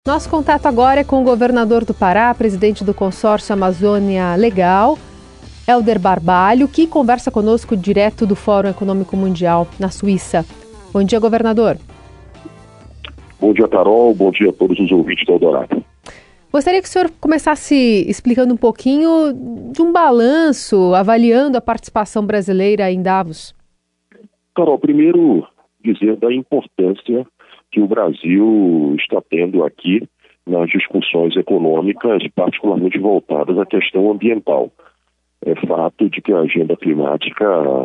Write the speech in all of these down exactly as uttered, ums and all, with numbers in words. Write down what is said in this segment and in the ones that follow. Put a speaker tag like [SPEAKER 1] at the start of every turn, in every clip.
[SPEAKER 1] Nosso contato agora é com o governador do Pará, presidente do consórcio Amazônia Legal, Helder Barbalho, que conversa conosco direto do Fórum Econômico Mundial na Suíça. Bom dia, governador.
[SPEAKER 2] Bom dia, Carol. Bom dia a todos os ouvintes do Eldorado.
[SPEAKER 1] Gostaria que o senhor começasse explicando um pouquinho de um balanço, avaliando a participação brasileira em Davos.
[SPEAKER 2] Carol, primeiro dizer da importância que o Brasil está tendo aqui nas discussões econômicas, particularmente voltadas à questão ambiental. É fato de que a agenda climática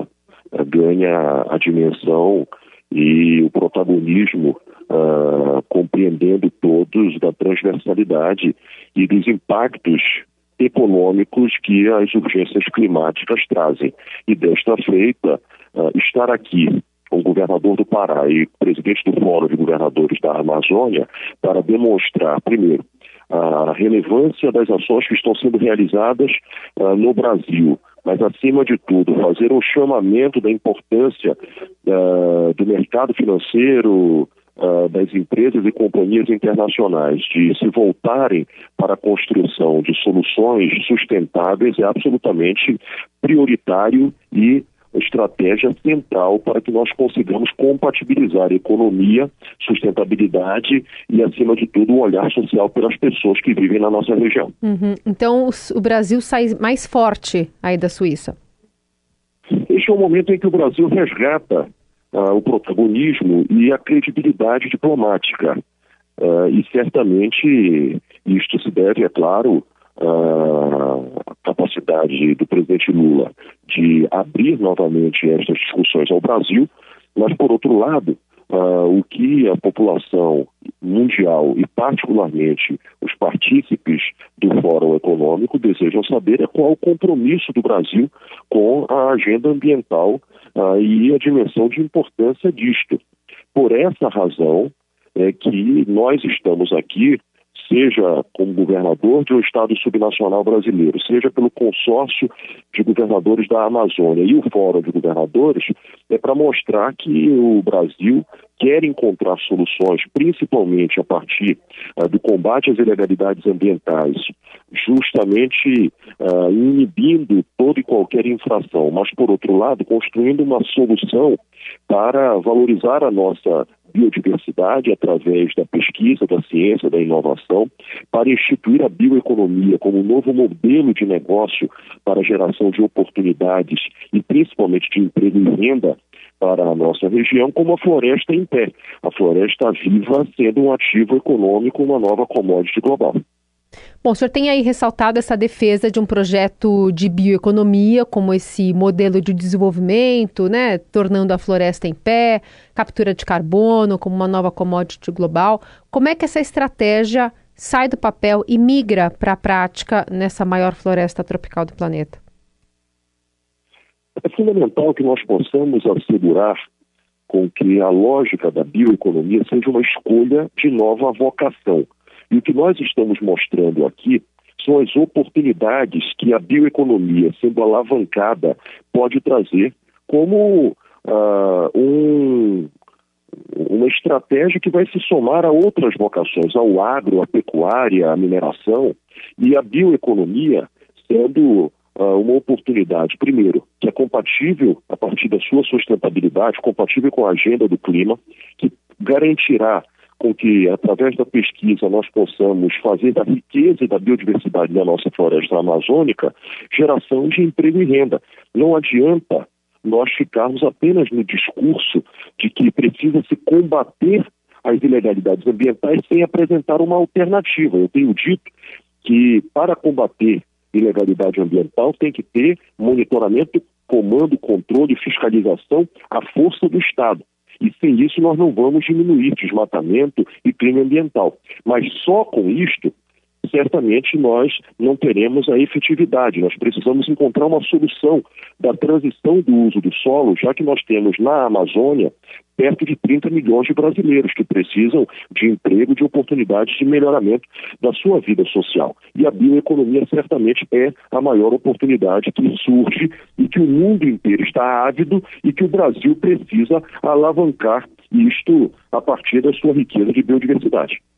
[SPEAKER 2] ganha a dimensão e o protagonismo, uh, compreendendo todos da transversalidade e dos impactos econômicos que as urgências climáticas trazem. E desta feita, uh, estar aqui o governador do Pará e presidente do Fórum de Governadores da Amazônia para demonstrar, primeiro, a relevância das ações que estão sendo realizadas uh, no Brasil, mas, acima de tudo, fazer um chamamento da importância uh, do mercado financeiro, uh, das empresas e companhias internacionais de se voltarem para a construção de soluções sustentáveis é absolutamente prioritário e estratégia central para que nós consigamos compatibilizar economia, sustentabilidade e, acima de tudo, um olhar social pelas pessoas que vivem na nossa região.
[SPEAKER 1] Uhum. Então, o Brasil sai mais forte aí da Suíça?
[SPEAKER 2] Este é o momento em que o Brasil resgata uh, o protagonismo e a credibilidade diplomática. Uh, e, certamente, isto se deve, é claro, a capacidade do presidente Lula de abrir novamente estas discussões ao Brasil, mas, por outro lado, uh, o que a população mundial e, particularmente, os partícipes do Fórum Econômico desejam saber é qual o compromisso do Brasil com a agenda ambiental uh, e a dimensão de importância disto. Por essa razão é que nós estamos aqui, seja como governador de um estado subnacional brasileiro, seja pelo consórcio de governadores da Amazônia e o Fórum de Governadores, é para mostrar que o Brasil quer encontrar soluções, principalmente a partir uh, do combate às ilegalidades ambientais, justamente uh, inibindo toda e qualquer infração, mas, por outro lado, construindo uma solução para valorizar a nossa biodiversidade através da pesquisa, da ciência, da inovação, para instituir a bioeconomia como um novo modelo de negócio para a geração de oportunidades e principalmente de emprego e renda para a nossa região, como a floresta em pé. A floresta viva sendo um ativo econômico, uma nova commodity global.
[SPEAKER 1] Bom, o senhor tem aí ressaltado essa defesa de um projeto de bioeconomia, como esse modelo de desenvolvimento, né, tornando a floresta em pé, captura de carbono como uma nova commodity global. Como é que essa estratégia sai do papel e migra para a prática nessa maior floresta tropical do planeta?
[SPEAKER 2] É fundamental que nós possamos assegurar com que a lógica da bioeconomia seja uma escolha de nova vocação. E o que nós estamos mostrando aqui são as oportunidades que a bioeconomia, sendo alavancada, pode trazer como uh, um, uma estratégia que vai se somar a outras vocações, ao agro, à pecuária, à mineração, e a bioeconomia sendo uh, uma oportunidade, primeiro, que é compatível a partir da sua sustentabilidade, compatível com a agenda do clima, que garantirá com que, através da pesquisa, nós possamos fazer da riqueza e da biodiversidade da nossa floresta amazônica geração de emprego e renda. Não adianta nós ficarmos apenas no discurso de que precisa se combater as ilegalidades ambientais sem apresentar uma alternativa. Eu tenho dito que, para combater ilegalidade ambiental, tem que ter monitoramento, comando, controle e fiscalização à força do Estado. E sem isso nós não vamos diminuir desmatamento e crime ambiental. Mas só com isto, certamente nós não teremos a efetividade. Nós precisamos encontrar uma solução da transição do uso do solo, já que nós temos na Amazônia perto de trinta milhões de brasileiros que precisam de emprego, de oportunidades de melhoramento da sua vida social. E a bioeconomia certamente é a maior oportunidade que surge e que o mundo inteiro está ávido e que o Brasil precisa alavancar isto a partir da sua riqueza de biodiversidade.
[SPEAKER 1] O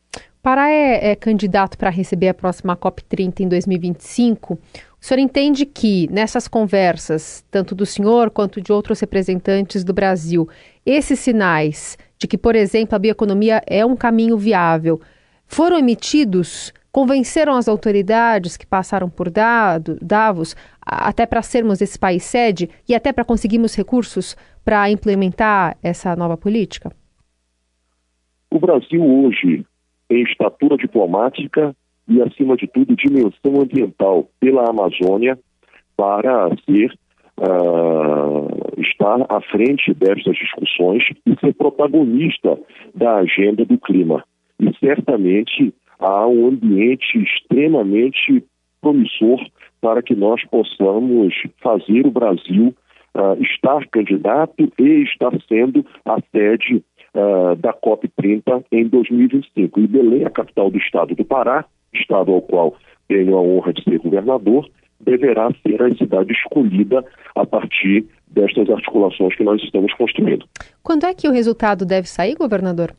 [SPEAKER 1] Pará é, é candidato para receber a próxima COP trinta em dois mil e vinte e cinco. O senhor entende que nessas conversas, tanto do senhor quanto de outros representantes do Brasil, esses sinais de que, por exemplo, a bioeconomia é um caminho viável, foram emitidos, convenceram as autoridades que passaram por Davos, até para sermos esse país sede e até para conseguirmos recursos para implementar essa nova política?
[SPEAKER 2] O Brasil hoje tem estatura diplomática e, acima de tudo, dimensão ambiental pela Amazônia para ser, uh, estar à frente destas discussões e ser protagonista da agenda do clima. E certamente há um ambiente extremamente promissor para que nós possamos fazer o Brasil uh, estar candidato e estar sendo a sede uh, da COP trinta em dois mil e vinte e cinco. E Belém, a capital do estado do Pará, estado ao qual tenho a honra de ser governador, deverá ser a cidade escolhida a partir destas articulações que nós estamos construindo.
[SPEAKER 1] Quando é que o resultado deve sair, governador?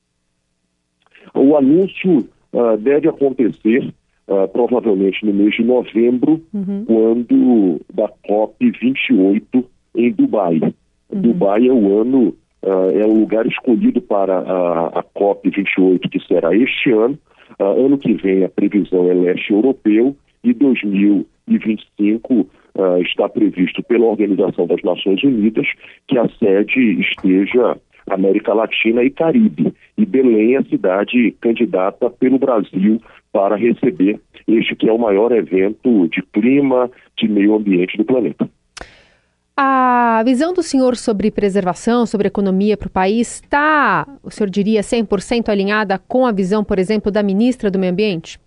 [SPEAKER 2] O anúncio uh, deve acontecer uh, provavelmente no mês de novembro, uhum. quando da COP vinte e oito em Dubai. Uhum. Dubai é o ano, uh, é o lugar escolhido para a, a COP vinte e oito, que será este ano. Uh, ano que vem a previsão é leste europeu e dois mil e vinte e cinco uh, está previsto pela Organização das Nações Unidas que a sede esteja América Latina e Caribe. E Belém é a cidade candidata pelo Brasil para receber este que é o maior evento de clima, de meio ambiente do planeta.
[SPEAKER 1] A visão do senhor sobre preservação, sobre economia para o país, está, o senhor diria, cem por cento alinhada com a visão, por exemplo, da ministra do Meio Ambiente?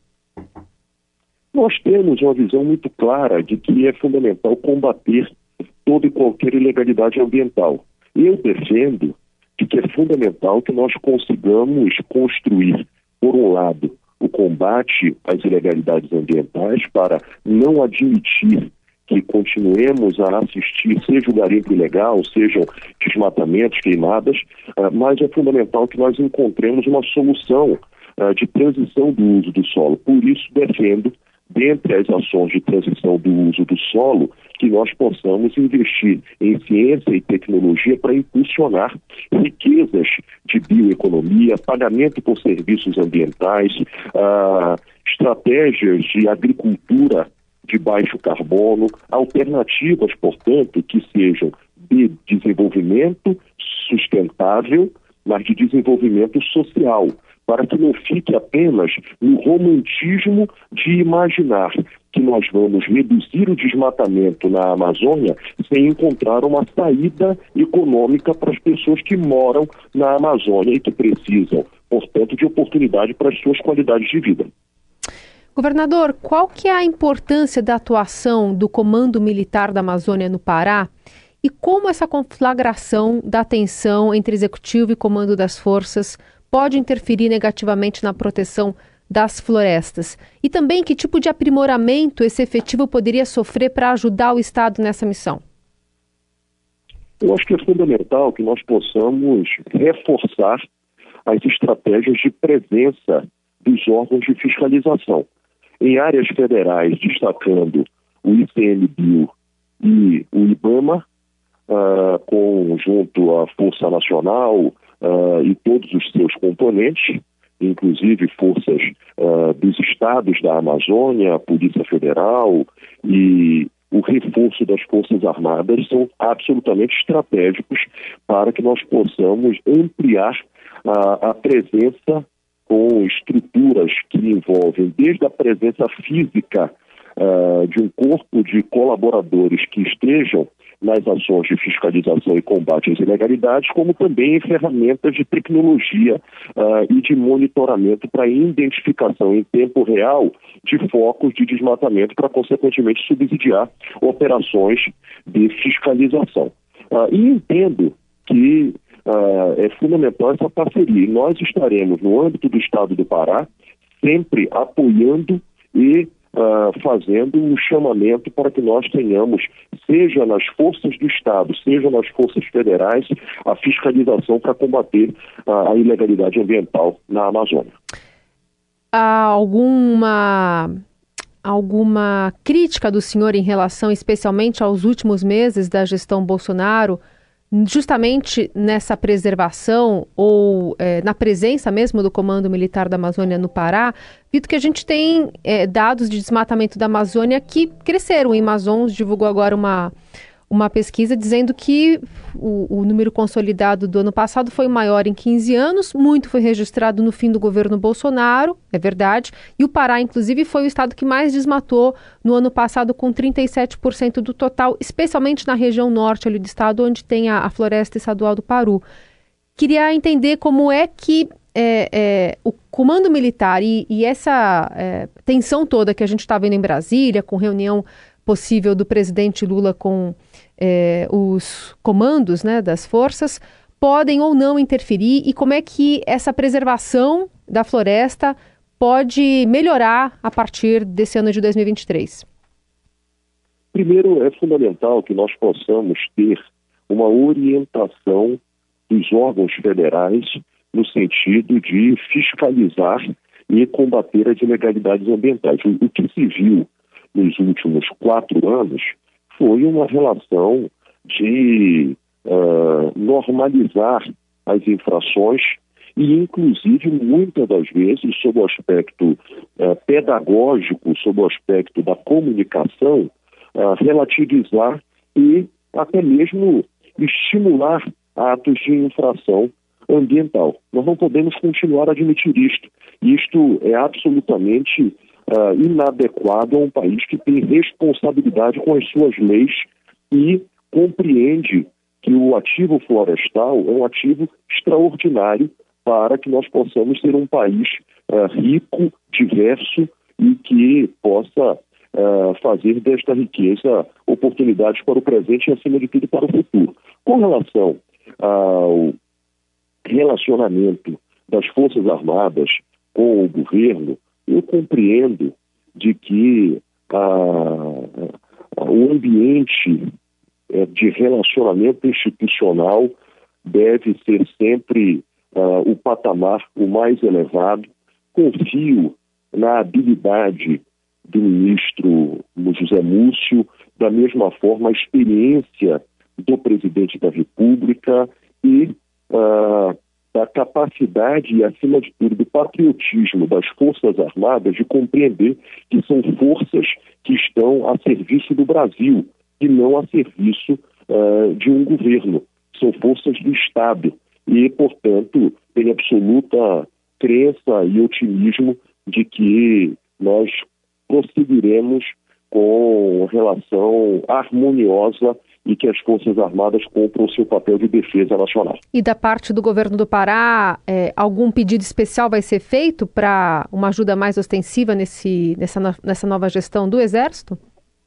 [SPEAKER 2] Nós temos uma visão muito clara de que é fundamental combater toda e qualquer ilegalidade ambiental. Eu defendo de que é fundamental que nós consigamos construir, por um lado, o combate às ilegalidades ambientais para não admitir que continuemos a assistir, seja o garimpo ilegal, sejam desmatamentos, queimadas, uh, mas é fundamental que nós encontremos uma solução uh, de transição do uso do solo. Por isso, defendo, dentre as ações de transição do uso do solo, que nós possamos investir em ciência e tecnologia para impulsionar riquezas de bioeconomia, pagamento por serviços ambientais, uh, estratégias de agricultura de baixo carbono, alternativas, portanto, que sejam de desenvolvimento sustentável, mas de desenvolvimento social, para que não fique apenas no romantismo de imaginar que nós vamos reduzir o desmatamento na Amazônia sem encontrar uma saída econômica para as pessoas que moram na Amazônia e que precisam, portanto, de oportunidade para as suas qualidades de vida.
[SPEAKER 1] Governador, qual que é a importância da atuação do Comando Militar da Amazônia no Pará e como essa conflagração da tensão entre Executivo e Comando das Forças pode interferir negativamente na proteção das florestas? E também que tipo de aprimoramento esse efetivo poderia sofrer para ajudar o Estado nessa missão?
[SPEAKER 2] Eu acho que é fundamental que nós possamos reforçar as estratégias de presença dos órgãos de fiscalização. Em áreas federais, destacando o I C M B I e o IBAMA, uh, com, junto à Força Nacional uh, e todos os seus componentes, inclusive forças uh, dos estados da Amazônia, a Polícia Federal e o reforço das Forças Armadas, são absolutamente estratégicos para que nós possamos ampliar uh, a presença com estruturas que envolvem desde a presença física uh, de um corpo de colaboradores que estejam nas ações de fiscalização e combate às ilegalidades, como também em ferramentas de tecnologia uh, e de monitoramento para identificação em tempo real de focos de desmatamento para, consequentemente, subsidiar operações de fiscalização. Uh, e entendo que Uh, é fundamental essa parceria. E nós estaremos, no âmbito do Estado do Pará, sempre apoiando e uh, fazendo um chamamento para que nós tenhamos, seja nas forças do Estado, seja nas forças federais, a fiscalização para combater uh, a ilegalidade ambiental na Amazônia.
[SPEAKER 1] alguma, alguma crítica do senhor em relação especialmente aos últimos meses da gestão Bolsonaro, justamente nessa preservação ou é, na presença mesmo do Comando Militar da Amazônia no Pará, visto que a gente tem é, dados de desmatamento da Amazônia que cresceram. O Amazons divulgou agora uma, uma pesquisa dizendo que o, o número consolidado do ano passado foi o maior em quinze anos, muito foi registrado no fim do governo Bolsonaro, é verdade, e o Pará, inclusive, foi o estado que mais desmatou no ano passado, com trinta e sete por cento do total, especialmente na região norte ali do estado, onde tem a, a floresta estadual do Paru. Queria entender como é que é, é, o comando militar e, e essa é, tensão toda que a gente está vendo em Brasília, com reunião possível do presidente Lula com é, os comandos, né, das forças, podem ou não interferir, e como é que essa preservação da floresta pode melhorar a partir desse ano de dois mil e vinte e três?
[SPEAKER 2] Primeiro, é fundamental que nós possamos ter uma orientação dos órgãos federais no sentido de fiscalizar e combater as ilegalidades ambientais. O, o que se viu nos últimos quatro anos foi uma relação de uh, normalizar as infrações e, inclusive, muitas das vezes, sob o aspecto uh, pedagógico, sob o aspecto da comunicação, uh, relativizar e até mesmo estimular atos de infração ambiental. Nós não podemos continuar a admitir isto. Isto é absolutamente Uh, inadequado a um país que tem responsabilidade com as suas leis e compreende que o ativo florestal é um ativo extraordinário para que nós possamos ser um país uh, rico, diverso e que possa uh, fazer desta riqueza oportunidades para o presente e, acima de tudo, para o futuro. Com relação ao relacionamento das Forças Armadas com o governo, eu compreendo de que ah, o ambiente eh, de relacionamento institucional deve ser sempre ah, o patamar o mais elevado. Confio na habilidade do ministro José Múcio, da mesma forma a experiência do presidente da República e ah, da capacidade e, acima de tudo, do patriotismo das Forças Armadas de compreender que são forças que estão a serviço do Brasil e não a serviço uh, de um governo. São forças do Estado e, portanto, tenho absoluta crença e otimismo de que nós prosseguiremos com relação harmoniosa e que as Forças Armadas cumpram o seu papel de defesa nacional.
[SPEAKER 1] E da parte do governo do Pará, é, algum pedido especial vai ser feito para uma ajuda mais ostensiva nesse, nessa, nessa nova gestão do Exército?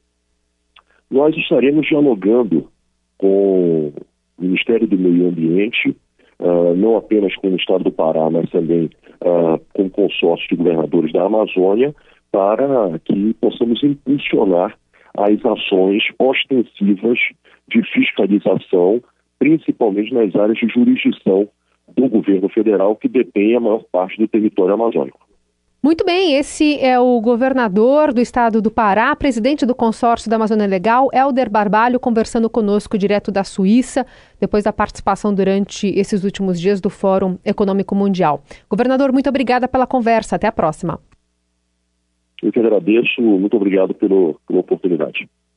[SPEAKER 2] Nós estaremos dialogando com o Ministério do Meio Ambiente, uh, não apenas com o Estado do Pará, mas também uh, com o consórcio de governadores da Amazônia, para que possamos impulsionar as ações ostensivas de fiscalização, principalmente nas áreas de jurisdição do governo federal, que detém a maior parte do território amazônico.
[SPEAKER 1] Muito bem, esse é o governador do estado do Pará, presidente do consórcio da Amazônia Legal, Helder Barbalho, conversando conosco direto da Suíça, depois da participação durante esses últimos dias do Fórum Econômico Mundial. Governador, muito obrigada pela conversa. Até a próxima.
[SPEAKER 2] Eu que agradeço. Muito obrigado pelo, pela oportunidade.